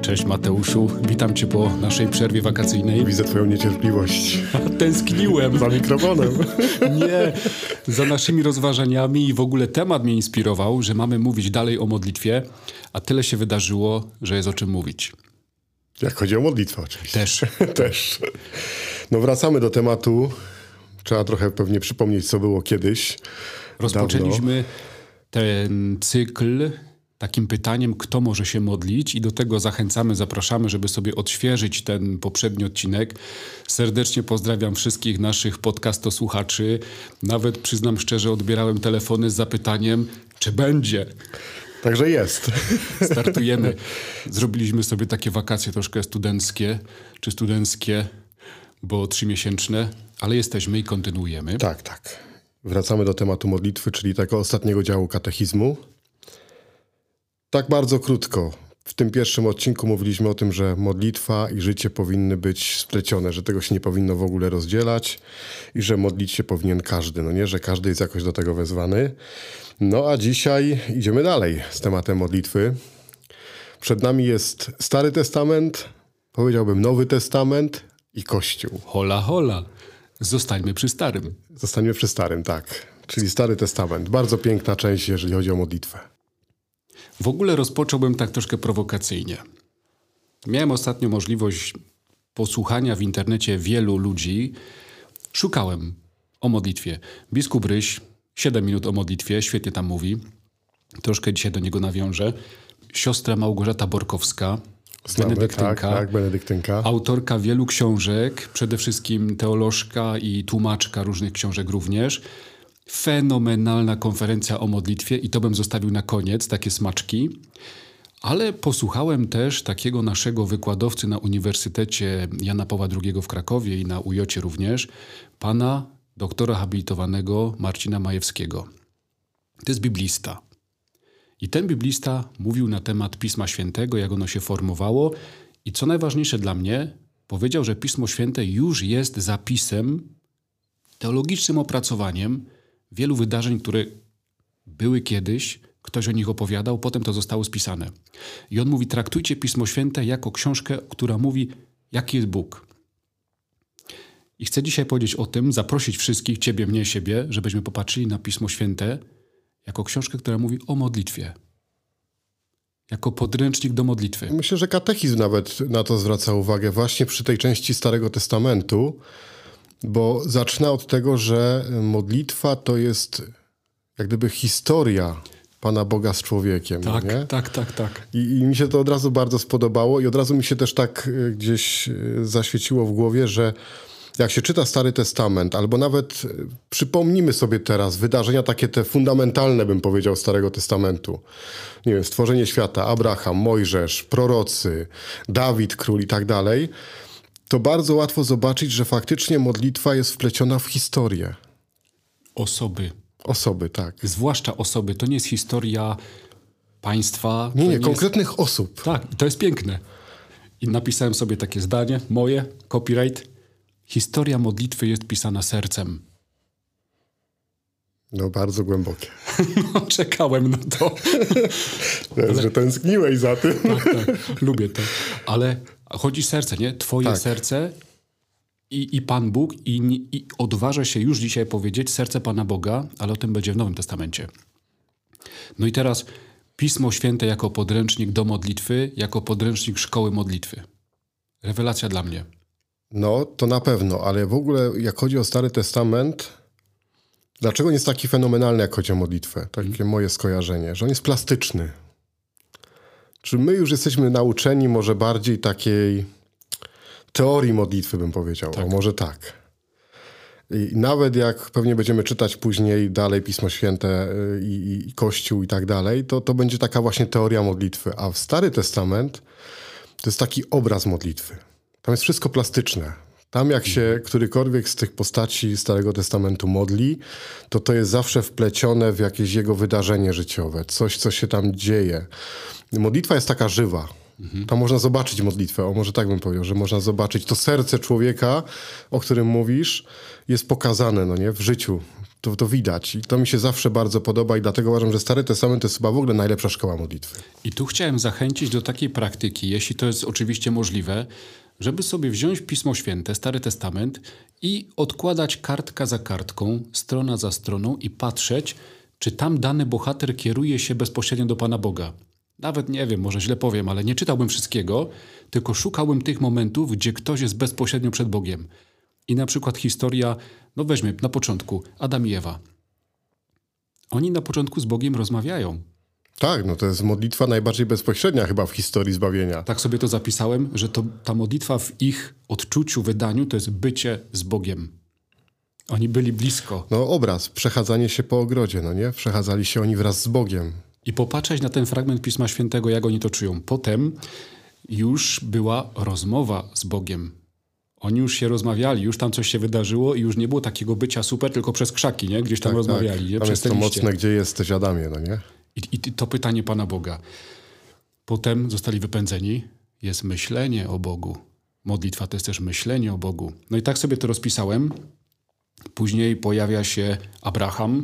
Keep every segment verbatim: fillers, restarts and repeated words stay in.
Cześć Mateuszu, witam Cię po naszej przerwie wakacyjnej. Widzę Twoją niecierpliwość. Tęskniłem. Za mikrofonem. Nie, za naszymi rozważaniami i w ogóle temat mnie inspirował, że mamy mówić dalej o modlitwie, a tyle się wydarzyło, że jest o czym mówić. Jak chodzi o modlitwę oczywiście. Też. Też. No wracamy do tematu. Trzeba trochę pewnie przypomnieć, co było kiedyś. Rozpoczęliśmy Dawno. ten cykl takim pytaniem, kto może się modlić, i do tego zachęcamy, zapraszamy, żeby sobie odświeżyć ten poprzedni odcinek. Serdecznie pozdrawiam wszystkich naszych podcastosłuchaczy. Nawet przyznam szczerze, odbierałem telefony z zapytaniem, czy będzie. Także jest. Startujemy. Zrobiliśmy sobie takie wakacje troszkę studenckie, czy studenckie, bo trzymiesięczne, ale jesteśmy i kontynuujemy. Tak, tak. Wracamy do tematu modlitwy, czyli tego ostatniego działu katechizmu. Tak bardzo krótko. W tym pierwszym odcinku mówiliśmy o tym, że modlitwa i życie powinny być splecione, że tego się nie powinno w ogóle rozdzielać i że modlić się powinien każdy. No nie, że każdy jest jakoś do tego wezwany. No a dzisiaj idziemy dalej z tematem modlitwy. Przed nami jest Stary Testament, powiedziałbym Nowy Testament i Kościół. Hola, hola. Zostańmy przy Starym. Zostańmy przy Starym, tak. Czyli Stary Testament. Bardzo piękna część, jeżeli chodzi o modlitwę. W ogóle rozpocząłbym tak troszkę prowokacyjnie. Miałem ostatnio możliwość posłuchania w internecie wielu ludzi. Szukałem o modlitwie. Biskup Ryś, siedem minut o modlitwie, świetnie tam mówi. Troszkę dzisiaj do niego nawiążę. Siostra Małgorzata Borkowska, Znamy, benedyktynka, tak, tak, benedyktynka. Autorka wielu książek, przede wszystkim teolożka i tłumaczka różnych książek również. Fenomenalna konferencja o modlitwie i to bym zostawił na koniec, takie smaczki. Ale posłuchałem też takiego naszego wykładowcy na Uniwersytecie Jana Pawła drugiego w Krakowie i na U J cie również, pana doktora habilitowanego Marcina Majewskiego. To jest biblista. I ten biblista mówił na temat Pisma Świętego, jak ono się formowało i co najważniejsze dla mnie, powiedział, że Pismo Święte już jest zapisem, teologicznym opracowaniem wielu wydarzeń, które były kiedyś, ktoś o nich opowiadał, potem to zostało spisane. I on mówi, traktujcie Pismo Święte jako książkę, która mówi, jaki jest Bóg. I chcę dzisiaj powiedzieć o tym, zaprosić wszystkich, ciebie, mnie, siebie, żebyśmy popatrzyli na Pismo Święte jako książkę, która mówi o modlitwie. Jako podręcznik do modlitwy. Myślę, że katechizm nawet na to zwraca uwagę właśnie przy tej części Starego Testamentu, bo zaczyna od tego, że modlitwa to jest jak gdyby historia Pana Boga z człowiekiem. Tak, nie? tak, tak, tak. I, I mi się to od razu bardzo spodobało i od razu mi się też tak gdzieś zaświeciło w głowie, że jak się czyta Stary Testament, albo nawet przypomnimy sobie teraz wydarzenia takie te fundamentalne, bym powiedział, Starego Testamentu. Nie wiem, stworzenie świata, Abraham, Mojżesz, prorocy, Dawid, król i tak dalej, to bardzo łatwo zobaczyć, że faktycznie modlitwa jest wpleciona w historię. Osoby. Osoby, tak. Zwłaszcza osoby. To nie jest historia państwa. Nie, nie, nie konkretnych jest... osób. Tak, to jest piękne. I napisałem sobie takie zdanie, moje, copyright. Historia modlitwy jest pisana sercem. No, bardzo głębokie. No, czekałem na to. To jest, Ale... że tęskniłeś za tym. Tak, tak, lubię to. Ale chodzi serce, nie? Twoje tak. serce i, i Pan Bóg i, i odważę się już dzisiaj powiedzieć serce Pana Boga, ale o tym będzie w Nowym Testamencie. No i teraz Pismo Święte jako podręcznik do modlitwy, jako podręcznik szkoły modlitwy. Rewelacja dla mnie. No, to na pewno, ale w ogóle jak chodzi o Stary Testament, dlaczego nie jest taki fenomenalny, jak chodzi o modlitwę? Takie hmm. moje skojarzenie, że on jest plastyczny. Czy my już jesteśmy nauczeni może bardziej takiej teorii modlitwy, bym powiedział. Tak. O, może tak. I nawet jak pewnie będziemy czytać później dalej Pismo Święte i, i Kościół i tak dalej, to, to będzie taka właśnie teoria modlitwy. A w Stary Testament to jest taki obraz modlitwy. Tam jest wszystko plastyczne. Tam jak się którykolwiek z tych postaci Starego Testamentu modli, to to jest zawsze wplecione w jakieś jego wydarzenie życiowe. Coś, co się tam dzieje. Modlitwa jest taka żywa. Mhm. Tam można zobaczyć modlitwę. O, może tak bym powiedział, że można zobaczyć to serce człowieka, o którym mówisz, jest pokazane, no nie, w życiu. To, to widać i to mi się zawsze bardzo podoba i dlatego uważam, że Stary Testament to jest chyba w ogóle najlepsza szkoła modlitwy. I tu chciałem zachęcić do takiej praktyki, jeśli to jest oczywiście możliwe, żeby sobie wziąć Pismo Święte, Stary Testament i odkładać kartka za kartką, strona za stroną i patrzeć, czy tam dany bohater kieruje się bezpośrednio do Pana Boga. Nawet nie wiem, może źle powiem, ale nie czytałbym wszystkiego, tylko szukałbym tych momentów, gdzie ktoś jest bezpośrednio przed Bogiem. I na przykład historia, no weźmy na początku, Adam i Ewa. Oni na początku z Bogiem rozmawiają. Tak, no to jest modlitwa najbardziej bezpośrednia chyba w historii zbawienia. Tak sobie to zapisałem, że to, ta modlitwa w ich odczuciu, wydaniu to jest bycie z Bogiem. Oni byli blisko. No obraz, przechadzanie się po ogrodzie, no nie? Przechadzali się oni wraz z Bogiem. I popatrzeć na ten fragment Pisma Świętego, jak oni to czują. Potem już była rozmowa z Bogiem. Oni już się rozmawiali, już tam coś się wydarzyło i już nie było takiego bycia super, tylko przez krzaki, nie? Gdzieś tam Tak, rozmawiali. tak. Nie? Tam Przez jest te to liście. mocne, gdzie jesteś, Adamie, no nie? I, I to pytanie Pana Boga. Potem zostali wypędzeni. Jest myślenie o Bogu. Modlitwa to jest też myślenie o Bogu. No i tak sobie to rozpisałem. Później pojawia się Abraham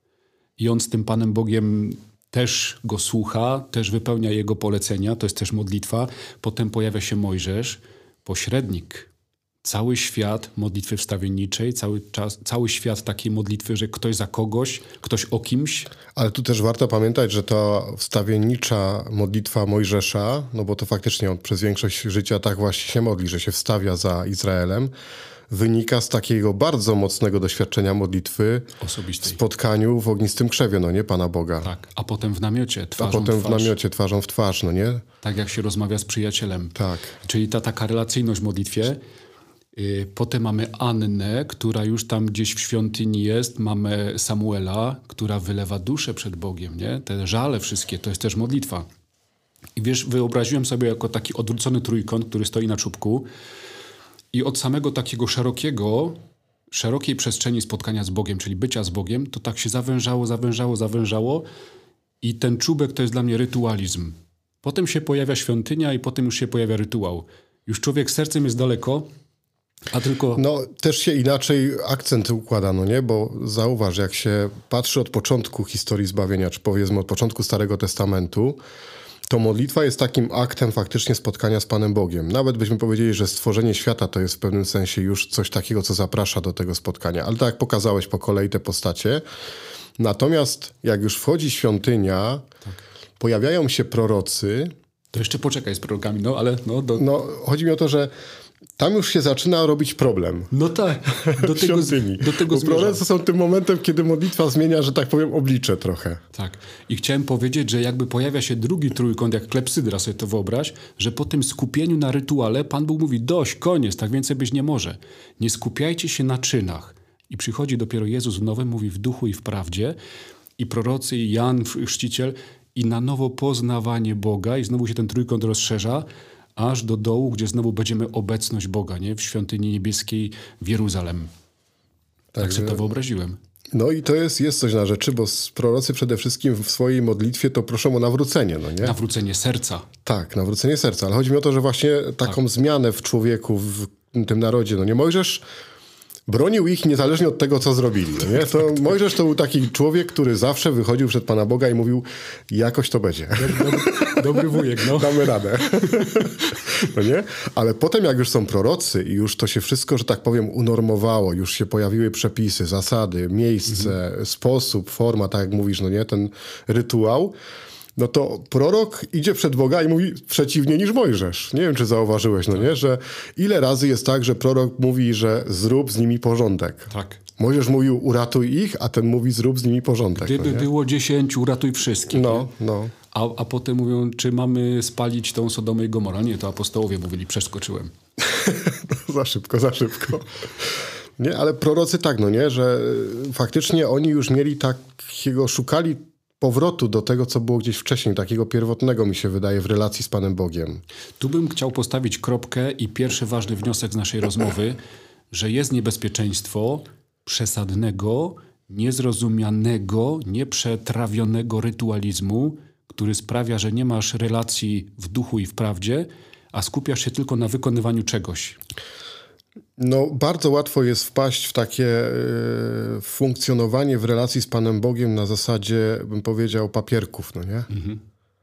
i on z tym Panem Bogiem też go słucha, też wypełnia jego polecenia. To jest też modlitwa. Potem pojawia się Mojżesz, pośrednik. Cały świat modlitwy wstawienniczej, cały, czas, cały świat takiej modlitwy, że ktoś za kogoś, ktoś o kimś. Ale tu też warto pamiętać, że ta wstawiennicza modlitwa Mojżesza, no bo to faktycznie on przez większość życia tak właśnie się modli, że się wstawia za Izraelem, wynika z takiego bardzo mocnego doświadczenia modlitwy Osobistej. w spotkaniu w ognistym krzewie, no nie, Pana Boga. Tak, a potem w namiocie, A twarzą potem w w twarz. namiocie, twarzą w twarz, no nie? Tak jak się rozmawia z przyjacielem. Tak. Czyli ta taka relacyjność w modlitwie. Yy, potem mamy Annę, która już tam gdzieś w świątyni jest. Mamy Samuela, która wylewa duszę przed Bogiem, nie? Te żale wszystkie, to jest też modlitwa. I wiesz, wyobraziłem sobie jako taki odwrócony trójkąt, który stoi na czubku i od samego takiego szerokiego, szerokiej przestrzeni spotkania z Bogiem, czyli bycia z Bogiem, to tak się zawężało, zawężało, zawężało i ten czubek to jest dla mnie rytualizm. Potem się pojawia świątynia i potem już się pojawia rytuał. Już człowiek sercem jest daleko, a tylko... No też się inaczej akcent układa, no nie? Bo zauważ, jak się patrzy od początku historii zbawienia, czy powiedzmy od początku Starego Testamentu, to modlitwa jest takim aktem faktycznie spotkania z Panem Bogiem. Nawet byśmy powiedzieli, że stworzenie świata to jest w pewnym sensie już coś takiego, co zaprasza do tego spotkania. Ale tak jak pokazałeś po kolei te postacie. Natomiast jak już wchodzi świątynia, tak. pojawiają się prorocy. To jeszcze poczekaj z prorokami, no ale... No, do... no chodzi mi o to, że tam już się zaczyna robić problem. No tak, do tego, do tego Bo prorocy są tym momentem, kiedy modlitwa zmienia, że tak powiem, oblicze trochę. Tak. I chciałem powiedzieć, że jakby pojawia się drugi trójkąt, jak klepsydra, sobie to wyobraź, że po tym skupieniu na rytuale Pan Bóg mówi, dość, koniec, tak więcej być nie może. Nie skupiajcie się na czynach. I przychodzi dopiero Jezus w nowym, mówi w duchu i w prawdzie. I prorocy, i Jan, chrzciciel, i na nowo poznawanie Boga. I znowu się ten trójkąt rozszerza, aż do dołu, gdzie znowu będziemy obecność Boga, nie? W świątyni niebieskiej w Jeruzalem. Tak, tak sobie to wyobraziłem. No i to jest, jest coś na rzeczy, bo prorocy przede wszystkim w swojej modlitwie to proszą o nawrócenie, no nie? Nawrócenie serca. Tak, nawrócenie serca, ale chodzi mi o to, że właśnie taką tak. zmianę w człowieku, w tym narodzie, no nie? Mojżesz bronił ich niezależnie od tego, co zrobili. No nie? To Mojżesz to był taki człowiek, który zawsze wychodził przed Pana Boga i mówił, jakoś to będzie. Dobry, dobry wujek, no. Damy radę. No nie? Ale potem jak już są prorocy i już to się wszystko, że tak powiem, unormowało, już się pojawiły przepisy, zasady, miejsce, mhm. sposób, forma, tak jak mówisz, no nie? Ten rytuał, no to prorok idzie przed Boga i mówi przeciwnie niż Mojżesz. Nie wiem, czy zauważyłeś, no nie? Że ile razy jest tak, że prorok mówi, że zrób z nimi porządek. Tak. Mojżesz mówił uratuj ich, a ten mówi zrób z nimi porządek. Gdyby no było dziesięciu, uratuj wszystkich. No, nie? no. A, a potem mówią, czy mamy spalić tą Sodomę i Gomorę? Nie, to apostołowie mówili, przeskoczyłem. Za szybko, za szybko. Nie, ale prorocy tak, no nie? Że faktycznie oni już mieli takiego, szukali powrotu do tego, co było gdzieś wcześniej, takiego pierwotnego, mi się wydaje, w relacji z Panem Bogiem. Tu bym chciał postawić kropkę i pierwszy ważny wniosek z naszej rozmowy, że jest niebezpieczeństwo przesadnego, niezrozumianego, nieprzetrawionego rytualizmu, który sprawia, że nie masz relacji w duchu i w prawdzie, a skupiasz się tylko na wykonywaniu czegoś. No, bardzo łatwo jest wpaść w takie y, funkcjonowanie w relacji z Panem Bogiem na zasadzie, bym powiedział, papierków, no nie? Mhm.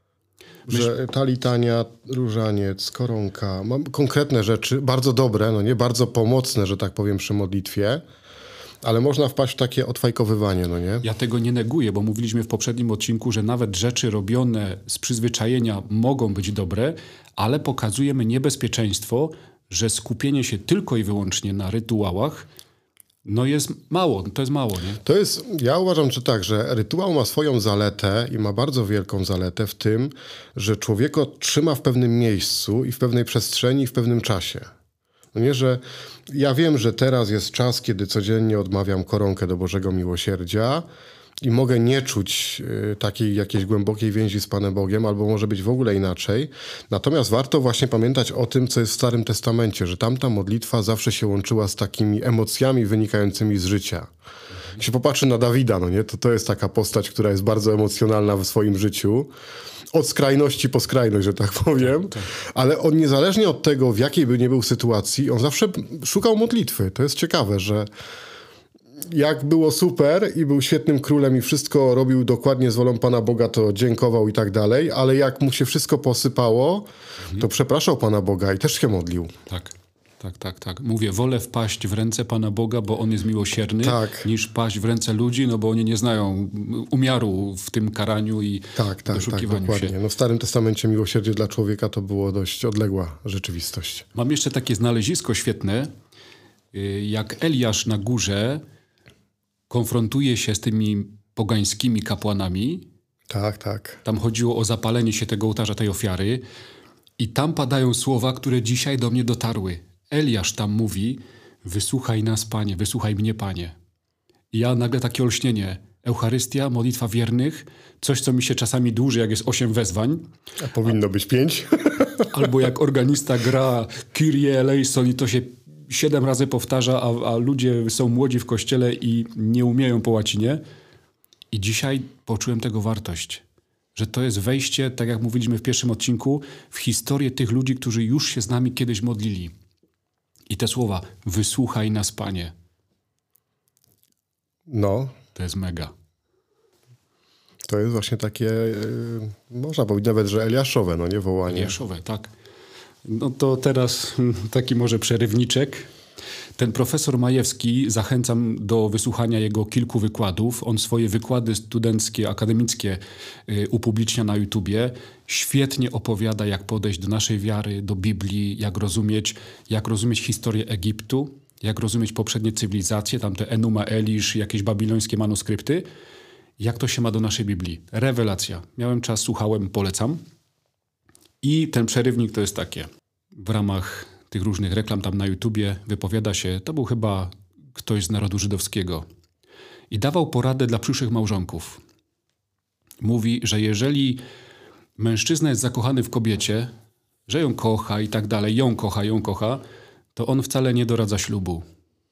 Że ta litania, różaniec, koronka, mam konkretne rzeczy, bardzo dobre, no nie? Bardzo pomocne, że tak powiem, przy modlitwie, ale można wpaść w takie odfajkowywanie, no nie? Ja tego nie neguję, bo mówiliśmy w poprzednim odcinku, że nawet rzeczy robione z przyzwyczajenia mogą być dobre, ale pokazujemy niebezpieczeństwo, że skupienie się tylko i wyłącznie na rytuałach no jest mało, to jest mało, nie? To jest, ja uważam, że tak, że rytuał ma swoją zaletę i ma bardzo wielką zaletę w tym, że człowieka trzyma w pewnym miejscu i w pewnej przestrzeni i w pewnym czasie. No nie, że ja wiem, że teraz jest czas, kiedy codziennie odmawiam koronkę do Bożego Miłosierdzia i mogę nie czuć y, takiej jakiejś głębokiej więzi z Panem Bogiem, albo może być w ogóle inaczej. Natomiast warto właśnie pamiętać o tym, co jest w Starym Testamencie, że tamta modlitwa zawsze się łączyła z takimi emocjami wynikającymi z życia. Jak się popatrzy na Dawida, no nie, to to jest taka postać, która jest bardzo emocjonalna w swoim życiu. Od skrajności po skrajność, że tak powiem. Tak, tak. Ale on niezależnie od tego, w jakiej by nie był sytuacji, on zawsze szukał modlitwy. To jest ciekawe, że jak było super i był świetnym królem i wszystko robił dokładnie z wolą Pana Boga, to dziękował i tak dalej, ale jak mu się wszystko posypało, mhm. to przepraszał Pana Boga i też się modlił. Tak, tak, tak, tak. Mówię, wolę wpaść w ręce Pana Boga, bo On jest miłosierny, tak. niż paść w ręce ludzi, no bo oni nie znają umiaru w tym karaniu i tak, tak, doszukiwaniu tak, dokładnie. się. No w Starym Testamencie miłosierdzie dla człowieka to było dość odległa rzeczywistość. Mam jeszcze takie znalezisko świetne, jak Eliasz na górze konfrontuje się z tymi pogańskimi kapłanami. Tak, tak. Tam chodziło o zapalenie się tego ołtarza, tej ofiary. I tam padają słowa, które dzisiaj do mnie dotarły. Eliasz tam mówi, wysłuchaj nas, Panie, wysłuchaj mnie, Panie. I ja nagle takie olśnienie. Eucharystia, modlitwa wiernych, coś, co mi się czasami dłuży, jak jest osiem wezwań. A powinno a, być pięć. Albo jak organista gra Kyrie eleison i to się siedem razy powtarza, a, a ludzie są młodzi w kościele i nie umieją po łacinie. I dzisiaj poczułem tego wartość. Że to jest wejście, tak jak mówiliśmy w pierwszym odcinku, w historię tych ludzi, którzy już się z nami kiedyś modlili. I te słowa, wysłuchaj nas, Panie. No. To jest mega. To jest właśnie takie, yy, można powiedzieć nawet, że Eliaszowe, no nie wołanie. Eliaszowe, tak. No to teraz taki może przerywniczek. Ten profesor Majewski, zachęcam do wysłuchania jego kilku wykładów. On swoje wykłady studenckie, akademickie y, upublicznia na YouTubie. Świetnie opowiada, jak podejść do naszej wiary, do Biblii, jak rozumieć, jak rozumieć historię Egiptu, jak rozumieć poprzednie cywilizacje, tamte Enuma Elisz, jakieś babilońskie manuskrypty. Jak to się ma do naszej Biblii. Rewelacja. Miałem czas, słuchałem, polecam. I ten przerywnik to jest takie. W ramach tych różnych reklam tam na YouTubie wypowiada się, to był chyba ktoś z narodu żydowskiego. I dawał poradę dla przyszłych małżonków. Mówi, że jeżeli mężczyzna jest zakochany w kobiecie, że ją kocha i tak dalej, ją kocha, ją kocha, to on wcale nie doradza ślubu.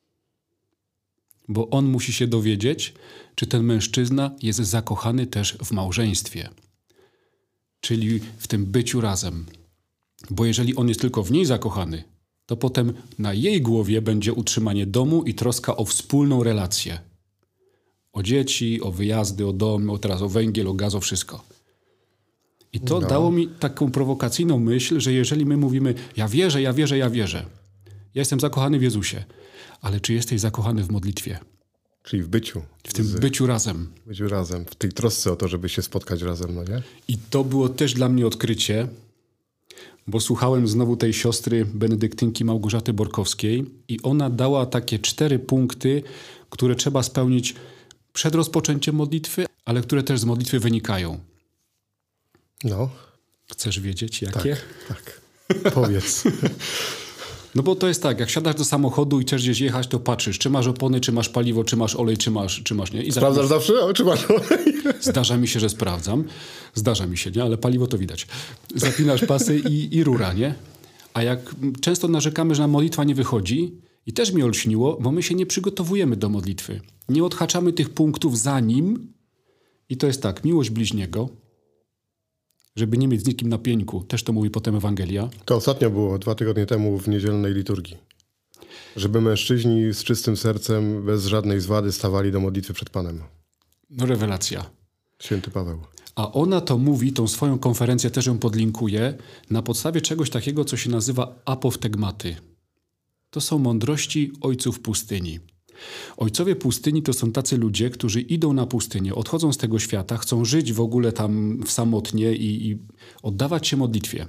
Bo on musi się dowiedzieć, czy ten mężczyzna jest zakochany też w małżeństwie. Czyli w tym byciu razem. Bo jeżeli on jest tylko w niej zakochany, to potem na jej głowie będzie utrzymanie domu i troska o wspólną relację. O dzieci, o wyjazdy, o dom, o teraz o węgiel, o gaz, o wszystko. I to no. dało mi taką prowokacyjną myśl, że jeżeli my mówimy, ja wierzę, ja wierzę, ja wierzę. Ja jestem zakochany w Jezusie. Ale czy jesteś zakochany w modlitwie? Czyli w byciu. W tym z... byciu razem. W byciu razem. W tej trosce o to, żeby się spotkać razem, no nie? I to było też dla mnie odkrycie, bo słuchałem znowu tej siostry benedyktynki Małgorzaty Borkowskiej i ona dała takie cztery punkty, które trzeba spełnić przed rozpoczęciem modlitwy, ale które też z modlitwy wynikają. No. Chcesz wiedzieć, jakie? Tak, tak. Powiedz. No bo to jest tak, jak siadasz do samochodu i chcesz gdzieś jechać, to patrzysz, czy masz opony, czy masz paliwo, czy masz olej, czy masz, czy masz nie. I Sprawdzasz zaczynasz... zawsze, o, czy masz olej? Zdarza mi się, że sprawdzam. Zdarza mi się, nie? Ale paliwo to widać. Zapinasz pasy i, i rura, nie? A jak często narzekamy, że nam modlitwa nie wychodzi i też mi olśniło, bo my się nie przygotowujemy do modlitwy. Nie odhaczamy tych punktów za nim i to jest tak, miłość bliźniego, żeby nie mieć z nikim na pieńku. Też to mówi potem Ewangelia. To ostatnio było dwa tygodnie temu w niedzielnej liturgii. Żeby mężczyźni z czystym sercem, bez żadnej zwady stawali do modlitwy przed Panem. No rewelacja. Święty Paweł. A ona to mówi, tą swoją konferencję też ją podlinkuje, na podstawie czegoś takiego, co się nazywa apoftegmaty. To są mądrości ojców pustyni. Ojcowie pustyni to są tacy ludzie, którzy idą na pustynię, odchodzą z tego świata, chcą żyć w ogóle tam w samotnie i, i oddawać się modlitwie.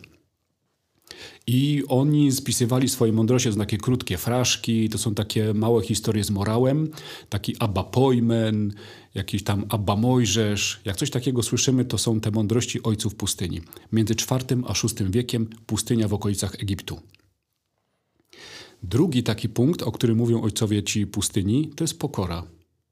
I oni spisywali swoje mądrości, to są takie krótkie fraszki, to są takie małe historie z morałem, taki Abba Pojmen, jakiś tam Abba Mojżesz. Jak coś takiego słyszymy, to są te mądrości ojców pustyni. Między czwartym a szóstym wiekiem pustynia w okolicach Egiptu. Drugi taki punkt, o którym mówią ojcowie ci pustyni, to jest pokora.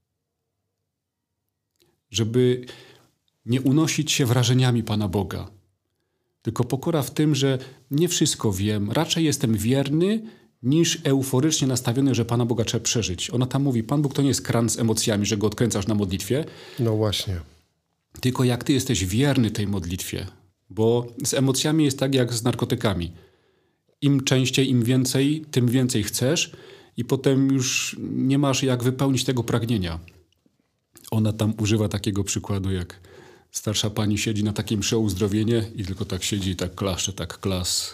Żeby nie unosić się wrażeniami Pana Boga. Tylko pokora w tym, że nie wszystko wiem, raczej jestem wierny, niż euforycznie nastawiony, że Pana Boga trzeba przeżyć. Ona tam mówi, Pan Bóg to nie jest kran z emocjami, że go odkręcasz na modlitwie. No właśnie. Tylko jak ty jesteś wierny tej modlitwie. Bo z emocjami jest tak jak z narkotykami. Im częściej, im więcej, tym więcej chcesz i potem już nie masz jak wypełnić tego pragnienia. Ona tam używa takiego przykładu, jak starsza pani siedzi na takim mszy o uzdrowienie i tylko tak siedzi i tak klaszcze, tak klas.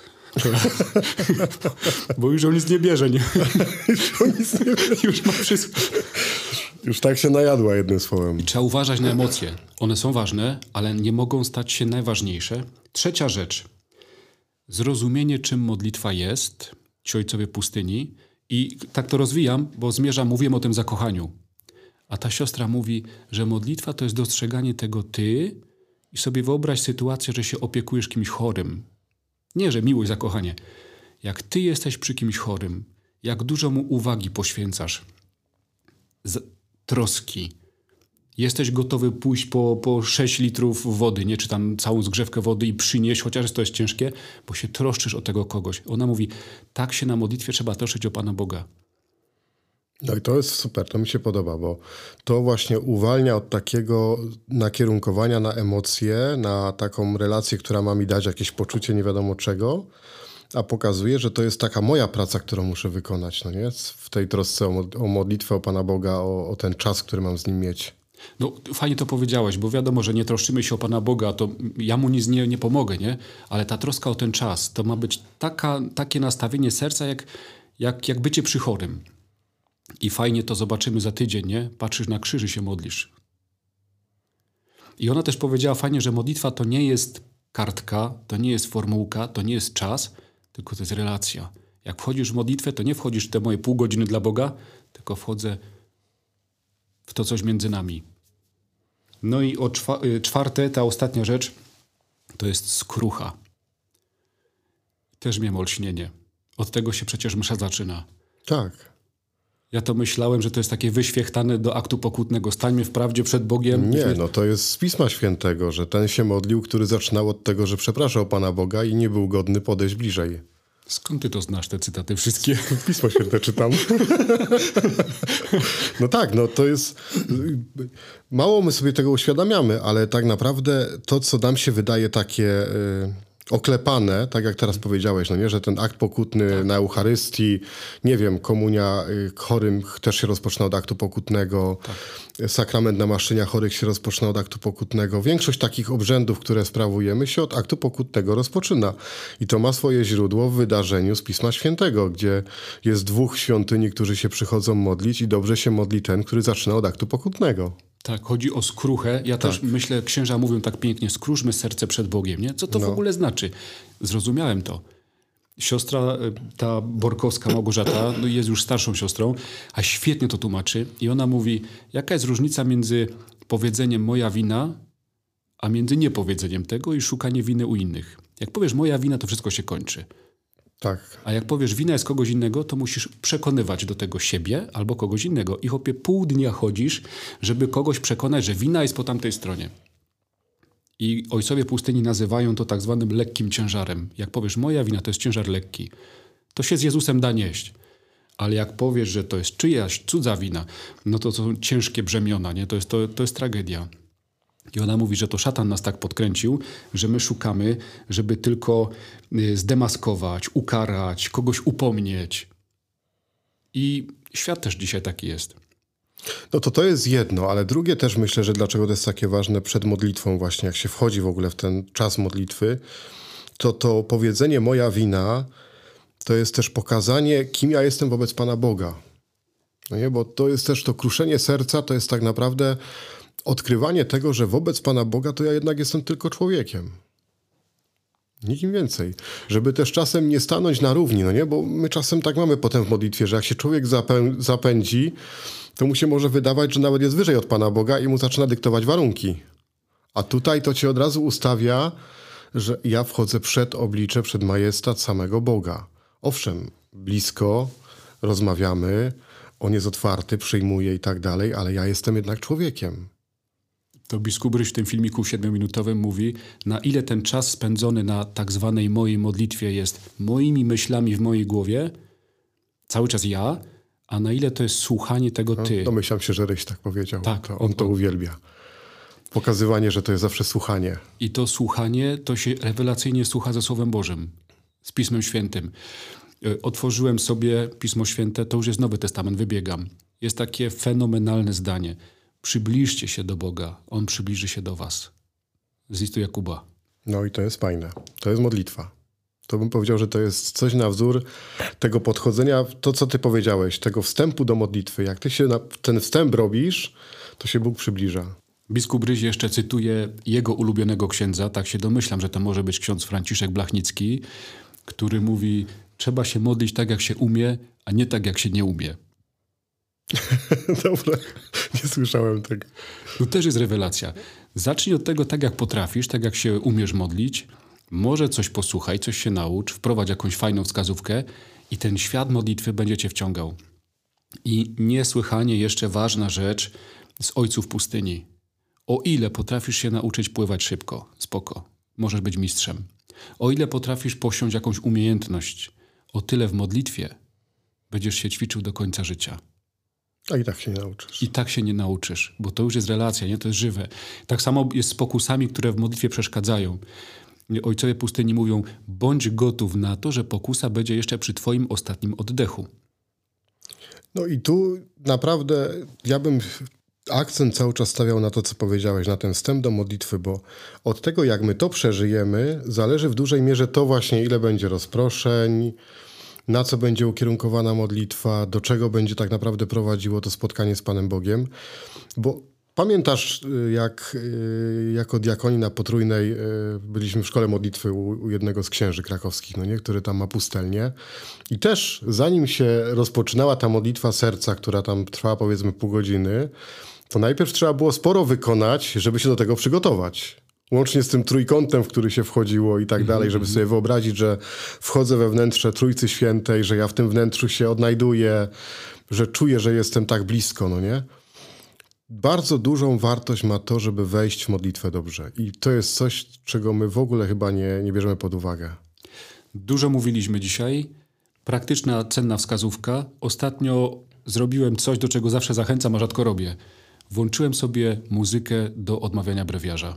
Bo już on nic nie bierze, nie? już, on nic nie bierze. Już ma wszystko. Już tak się najadła jednym słowem. I trzeba uważać na emocje. One są ważne, ale nie mogą stać się najważniejsze. Trzecia rzecz. Zrozumienie, czym modlitwa jest, ci ojcowie pustyni. I tak to rozwijam, bo zmierzam, mówiłem o tym zakochaniu. A ta siostra mówi, że modlitwa to jest dostrzeganie tego ty i sobie wyobraź sytuację, że się opiekujesz kimś chorym. Nie, że miłość, zakochanie. Jak ty jesteś przy kimś chorym, jak dużo mu uwagi poświęcasz, z troski, jesteś gotowy pójść po, po sześć litrów wody, nie, czy tam całą zgrzewkę wody i przynieść, chociaż to jest ciężkie, bo się troszczysz o tego kogoś. Ona mówi, tak się na modlitwie trzeba troszczyć o Pana Boga. No i to jest super, to mi się podoba, bo to właśnie uwalnia od takiego nakierunkowania na emocje, na taką relację, która ma mi dać jakieś poczucie nie wiadomo czego, a pokazuje, że to jest taka moja praca, którą muszę wykonać, no nie? W tej trosce o, o modlitwę, o Pana Boga, o, o ten czas, który mam z Nim mieć. No fajnie to powiedziałeś, bo wiadomo, że nie troszczymy się o Pana Boga, to ja Mu nic nie, nie pomogę, nie? Ale ta troska o ten czas, to ma być taka, takie nastawienie serca, jak, jak, jak bycie przy chorym. I fajnie to zobaczymy za tydzień, nie? Patrzysz na krzyż i się modlisz. I ona też powiedziała fajnie, że modlitwa to nie jest kartka, to nie jest formułka, to nie jest czas, tylko to jest relacja. Jak wchodzisz w modlitwę, to nie wchodzisz w te moje pół godziny dla Boga, tylko wchodzę w to coś między nami. No i o czwa- czwarte, ta ostatnia rzecz, to jest skrucha. Też miałem olśnienie. Od tego się przecież msza zaczyna. Tak. Ja to myślałem, że to jest takie wyświechtane do aktu pokutnego. Stańmy w prawdzie przed Bogiem. Nie, no to jest z Pisma Świętego, że ten się modlił, który zaczynał od tego, że przepraszał Pana Boga i nie był godny podejść bliżej. Skąd ty to znasz, te cytaty wszystkie? Pismo Święte czytam. No tak, no to jest... Mało my sobie tego uświadamiamy, ale tak naprawdę to, co nam się wydaje takie... Y- oklepane, tak jak teraz powiedziałeś, no nie, że ten akt pokutny tak. na Eucharystii, nie wiem, komunia chorym też się rozpoczyna od aktu pokutnego, tak. sakrament namaszczenia chorych się rozpoczyna od aktu pokutnego. Większość takich obrzędów, które sprawujemy, się od aktu pokutnego rozpoczyna. I to ma swoje źródło w wydarzeniu z Pisma Świętego, gdzie jest dwóch świątyni, którzy się przychodzą modlić i dobrze się modli ten, który zaczyna od aktu pokutnego. Tak, chodzi o skruchę. Ja tak. też myślę, księża mówią tak pięknie, skruszmy serce przed Bogiem, nie? Co to no. w ogóle znaczy? Zrozumiałem to. Siostra, ta Borkowska Małgorzata, no jest już starszą siostrą, a świetnie to tłumaczy. I ona mówi, jaka jest różnica między powiedzeniem moja wina, a między niepowiedzeniem tego i szukanie winy u innych. Jak powiesz moja wina, to wszystko się kończy. Tak. A jak powiesz wina jest kogoś innego, to musisz przekonywać do tego siebie albo kogoś innego. I chłopie pół dnia chodzisz, żeby kogoś przekonać, że wina jest po tamtej stronie. I ojcowie pustyni nazywają to tak zwanym lekkim ciężarem. Jak powiesz moja wina, to jest ciężar lekki. To się z Jezusem da nieść. Ale jak powiesz, że to jest czyjaś cudza wina, no to to są ciężkie brzemiona, nie? To jest, to, to jest tragedia. I ona mówi, że to szatan nas tak podkręcił, że my szukamy, żeby tylko zdemaskować, ukarać, kogoś upomnieć. I świat też dzisiaj taki jest. No to to jest jedno, ale drugie też myślę, że dlaczego to jest takie ważne przed modlitwą właśnie, jak się wchodzi w ogóle w ten czas modlitwy, to to powiedzenie moja wina to jest też pokazanie, kim ja jestem wobec Pana Boga. No nie? Bo to jest też to kruszenie serca, to jest tak naprawdę odkrywanie tego, że wobec Pana Boga to ja jednak jestem tylko człowiekiem. Nikim więcej. Żeby też czasem nie stanąć na równi, no nie? Bo my czasem tak mamy potem w modlitwie, że jak się człowiek zapę- zapędzi, to mu się może wydawać, że nawet jest wyżej od Pana Boga i mu zaczyna dyktować warunki. A tutaj to cię od razu ustawia, że ja wchodzę przed oblicze, przed majestat samego Boga. Owszem, blisko, rozmawiamy, on jest otwarty, przyjmuje i tak dalej, ale ja jestem jednak człowiekiem. To biskup Ryś w tym filmiku siedmiominutowym mówi, na ile ten czas spędzony na tak zwanej mojej modlitwie jest moimi myślami w mojej głowie, cały czas ja, a na ile to jest słuchanie tego ty. No, domyślam się, że Ryś tak powiedział. Tak, to on to uwielbia. Pokazywanie, że to jest zawsze słuchanie. I to słuchanie, to się rewelacyjnie słucha ze Słowem Bożym, z Pismem Świętym. Otworzyłem sobie Pismo Święte, to już jest Nowy Testament, wybiegam. Jest takie fenomenalne zdanie. Przybliżcie się do Boga, On przybliży się do was. Z listu Jakuba. No i to jest fajne. To jest modlitwa. To bym powiedział, że to jest coś na wzór tego podchodzenia, to co ty powiedziałeś, tego wstępu do modlitwy. Jak ty się na ten wstęp robisz, to się Bóg przybliża. Biskup Ryś jeszcze cytuje jego ulubionego księdza, tak się domyślam, że to może być ksiądz Franciszek Blachnicki, który mówi, trzeba się modlić tak, jak się umie, a nie tak, jak się nie umie. Dobra, nie słyszałem tego. Tu też jest rewelacja. Zacznij od tego tak, jak potrafisz, tak, jak się umiesz modlić. Może coś posłuchaj, coś się naucz, wprowadź jakąś fajną wskazówkę i ten świat modlitwy będzie cię wciągał. I niesłychanie jeszcze ważna rzecz z ojców pustyni. O ile potrafisz się nauczyć pływać szybko, spoko, możesz być mistrzem. O ile potrafisz posiąść jakąś umiejętność, o tyle w modlitwie będziesz się ćwiczył do końca życia. A i tak się nie nauczysz. I tak się nie nauczysz, bo to już jest relacja, nie? To jest żywe. Tak samo jest z pokusami, które w modlitwie przeszkadzają. Ojcowie pustyni mówią, bądź gotów na to, że pokusa będzie jeszcze przy twoim ostatnim oddechu. No i tu naprawdę ja bym akcent cały czas stawiał na to, co powiedziałeś, na ten wstęp do modlitwy, bo od tego, jak my to przeżyjemy, zależy w dużej mierze to właśnie, ile będzie rozproszeń, na co będzie ukierunkowana modlitwa, do czego będzie tak naprawdę prowadziło to spotkanie z Panem Bogiem. Bo pamiętasz, jak jako diakoni na Potrójnej byliśmy w szkole modlitwy u, u jednego z księży krakowskich, no nie, który tam ma pustelnię. I też zanim się rozpoczynała ta modlitwa serca, która tam trwała powiedzmy pół godziny, to najpierw trzeba było sporo wykonać, żeby się do tego przygotować. Łącznie z tym trójkątem, w który się wchodziło i tak dalej, żeby sobie wyobrazić, że wchodzę we wnętrze Trójcy Świętej, że ja w tym wnętrzu się odnajduję, że czuję, że jestem tak blisko, no nie? Bardzo dużą wartość ma to, żeby wejść w modlitwę dobrze. I to jest coś, czego my w ogóle chyba nie, nie bierzemy pod uwagę. Dużo mówiliśmy dzisiaj. Praktyczna, cenna wskazówka. Ostatnio zrobiłem coś, do czego zawsze zachęcam, a rzadko robię. Włączyłem sobie muzykę do odmawiania brewiarza.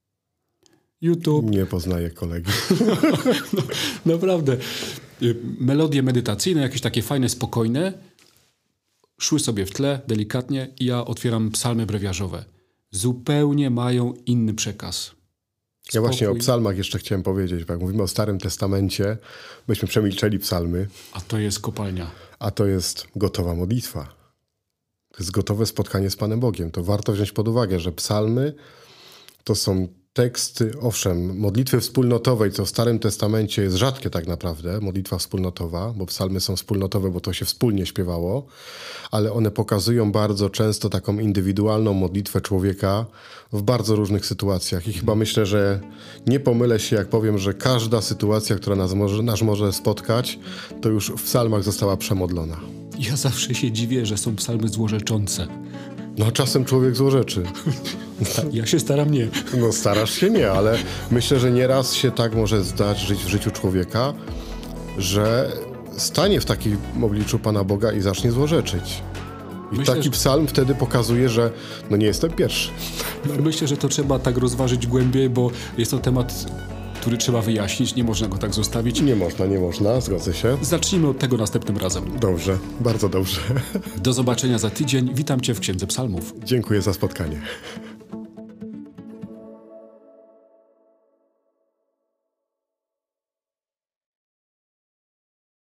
YouTube. Nie poznaję kolegi. no, naprawdę. Melodie medytacyjne, jakieś takie fajne, spokojne, szły sobie w tle, delikatnie i ja otwieram psalmy brewiarzowe. Zupełnie mają inny przekaz. Spokój. Ja właśnie o psalmach jeszcze chciałem powiedzieć, bo jak mówimy o Starym Testamencie, byśmy przemilczeli psalmy. A to jest kopalnia. A to jest gotowa modlitwa. To jest gotowe spotkanie z Panem Bogiem. To warto wziąć pod uwagę, że psalmy to są teksty, owszem, modlitwy wspólnotowej, co w Starym Testamencie jest rzadkie tak naprawdę, modlitwa wspólnotowa, bo psalmy są wspólnotowe, bo to się wspólnie śpiewało, ale one pokazują bardzo często taką indywidualną modlitwę człowieka w bardzo różnych sytuacjach. I chyba myślę, że nie pomylę się, jak powiem, że każda sytuacja, która nas może, nas może spotkać, to już w psalmach została przemodlona. Ja zawsze się dziwię, że są psalmy złorzeczące. No czasem człowiek złorzeczy. Ja się staram nie. No starasz się nie, ale myślę, że nieraz się tak może zdarzyć w życiu człowieka, że stanie w takim obliczu Pana Boga i zacznie złorzeczyć. I myślę, taki że... psalm wtedy pokazuje, że no nie jestem pierwszy. No, myślę, że to trzeba tak rozważyć głębiej, bo jest to temat, który trzeba wyjaśnić, nie można go tak zostawić. Nie można, nie można, zgodzę się. Zacznijmy od tego następnym razem. Dobrze, bardzo dobrze. Do zobaczenia za tydzień. Witam Cię w Księdze Psalmów. Dziękuję za spotkanie.